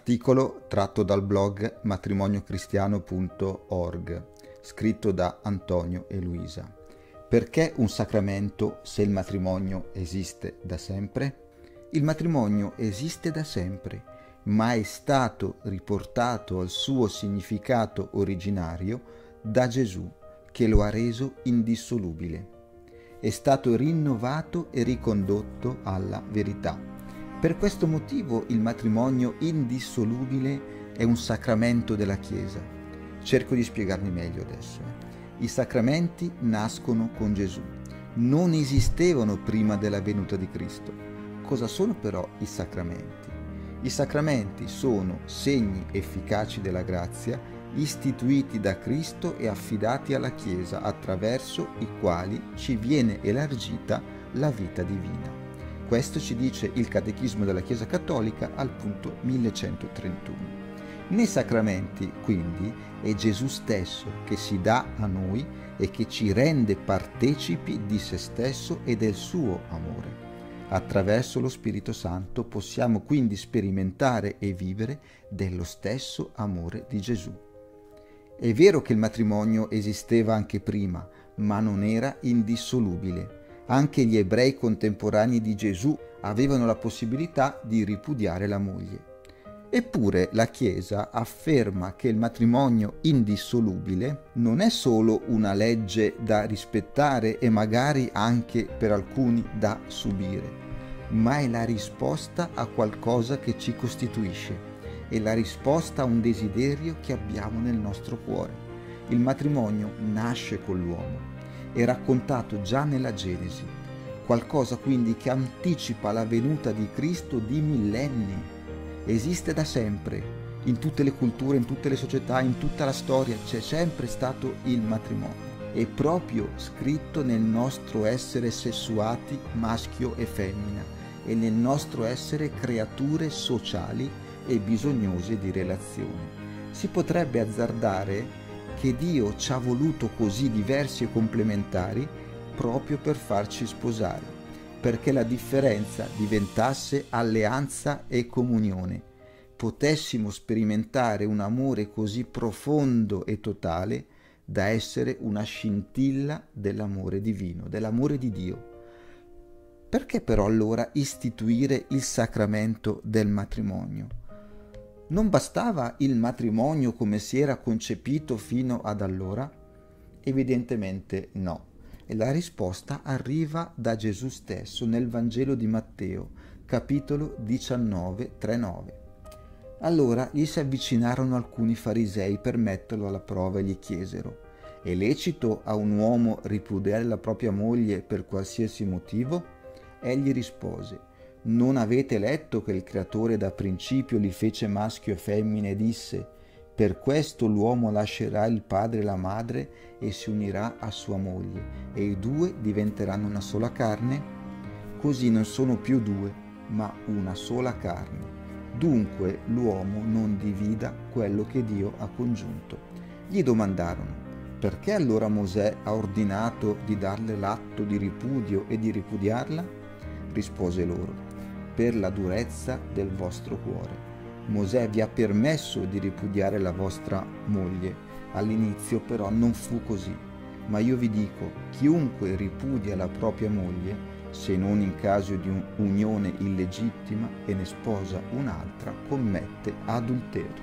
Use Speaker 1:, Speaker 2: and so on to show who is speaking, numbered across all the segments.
Speaker 1: Articolo tratto dal blog matrimoniocristiano.org, scritto da Antonio e Luisa. Perché un sacramento se il matrimonio esiste da sempre? Il matrimonio esiste da sempre, ma è stato riportato al suo significato originario da Gesù, che lo ha reso indissolubile. È stato rinnovato e ricondotto alla verità. Per questo motivo il matrimonio indissolubile è un sacramento della Chiesa. Cerco di spiegarmi meglio adesso. I sacramenti nascono con Gesù. Non esistevano prima della venuta di Cristo. Cosa sono però i sacramenti? I sacramenti sono segni efficaci della grazia istituiti da Cristo e affidati alla Chiesa, attraverso i quali ci viene elargita la vita divina. Questo ci dice il Catechismo della Chiesa Cattolica al punto 1131. Nei sacramenti, quindi, è Gesù stesso che si dà a noi e che ci rende partecipi di se stesso e del suo amore. Attraverso lo Spirito Santo possiamo quindi sperimentare e vivere dello stesso amore di Gesù. È vero che il matrimonio esisteva anche prima, ma non era indissolubile. Anche gli ebrei contemporanei di Gesù avevano la possibilità di ripudiare la moglie. Eppure la Chiesa afferma che il matrimonio indissolubile non è solo una legge da rispettare e magari anche per alcuni da subire, ma è la risposta a qualcosa che ci costituisce, è la risposta a un desiderio che abbiamo nel nostro cuore. Il matrimonio nasce con l'uomo. È raccontato già nella Genesi, qualcosa quindi che anticipa la venuta di Cristo di millenni. Esiste da sempre, in tutte le culture, in tutte le società, in tutta la storia c'è sempre stato il matrimonio. È proprio scritto nel nostro essere sessuati, maschio e femmina, e nel nostro essere creature sociali e bisognose di relazione. Si potrebbe azzardare che Dio ci ha voluto così diversi e complementari proprio per farci sposare, perché la differenza diventasse alleanza e comunione, potessimo sperimentare un amore così profondo e totale da essere una scintilla dell'amore divino, dell'amore di Dio. Perché però allora istituire il sacramento del matrimonio? Non bastava il matrimonio come si era concepito fino ad allora? Evidentemente no. E la risposta arriva da Gesù stesso nel Vangelo di Matteo, capitolo 19, 3-9. Allora gli si avvicinarono alcuni farisei per metterlo alla prova e gli chiesero: è lecito a un uomo ripudiare la propria moglie per qualsiasi motivo? Egli rispose: non avete letto che il Creatore da principio li fece maschio e femmina e disse: per questo l'uomo lascerà il padre e la madre e si unirà a sua moglie, e i due diventeranno una sola carne? Così non sono più due, ma una sola carne. Dunque l'uomo non divida quello che Dio ha congiunto. Gli domandarono: perché allora Mosè ha ordinato di darle l'atto di ripudio e di ripudiarla? Rispose loro: per la durezza del vostro cuore. Mosè vi ha permesso di ripudiare la vostra moglie. All'inizio però non fu così. Ma io vi dico, chiunque ripudia la propria moglie, se non in caso di un'unione illegittima e ne sposa un'altra, commette adulterio.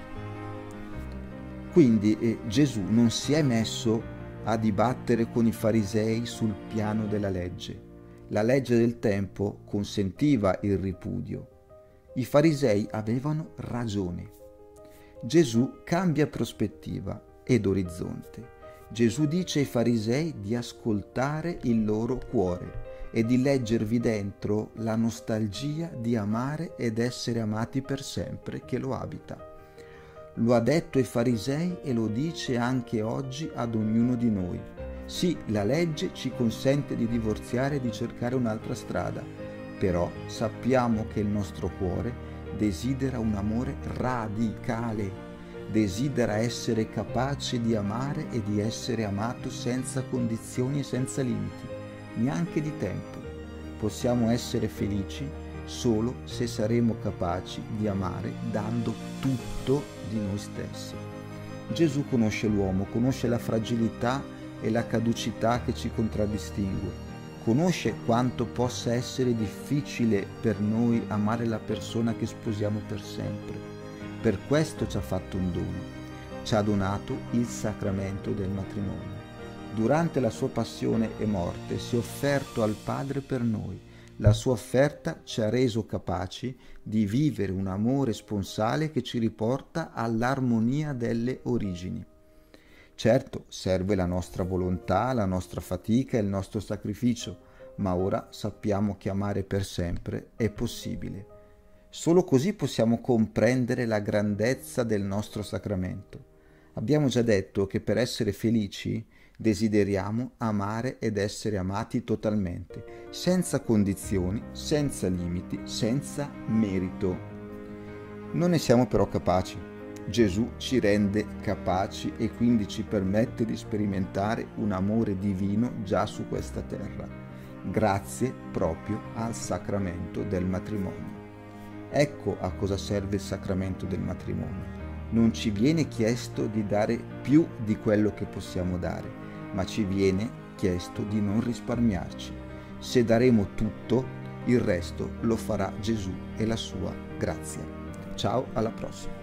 Speaker 1: Quindi Gesù non si è messo a dibattere con i farisei sul piano della legge. La legge del tempo consentiva il ripudio. I farisei avevano ragione. Gesù cambia prospettiva ed orizzonte. Gesù dice ai farisei di ascoltare il loro cuore e di leggervi dentro la nostalgia di amare ed essere amati per sempre che lo abita. Lo ha detto ai farisei e lo dice anche oggi ad ognuno di noi. Sì, la legge ci consente di divorziare e di cercare un'altra strada, però sappiamo che il nostro cuore desidera un amore radicale, desidera essere capace di amare e di essere amato senza condizioni e senza limiti, neanche di tempo. Possiamo essere felici solo se saremo capaci di amare dando tutto di noi stessi. Gesù conosce l'uomo, conosce la fragilità e la caducità che ci contraddistingue. Conosce quanto possa essere difficile per noi amare la persona che sposiamo per sempre. Per questo ci ha fatto un dono. Ci ha donato il sacramento del matrimonio. Durante la sua passione e morte si è offerto al Padre per noi. La sua offerta ci ha reso capaci di vivere un amore sponsale che ci riporta all'armonia delle origini. Certo, serve la nostra volontà, la nostra fatica e il nostro sacrificio, ma ora sappiamo che amare per sempre è possibile. Solo così possiamo comprendere la grandezza del nostro sacramento. Abbiamo già detto che per essere felici desideriamo amare ed essere amati totalmente, senza condizioni, senza limiti, senza merito. Non ne siamo però capaci. Gesù ci rende capaci e quindi ci permette di sperimentare un amore divino già su questa terra, grazie proprio al sacramento del matrimonio. Ecco a cosa serve il sacramento del matrimonio. Non ci viene chiesto di dare più di quello che possiamo dare, ma ci viene chiesto di non risparmiarci. Se daremo tutto, il resto lo farà Gesù e la sua grazia. Ciao, alla prossima.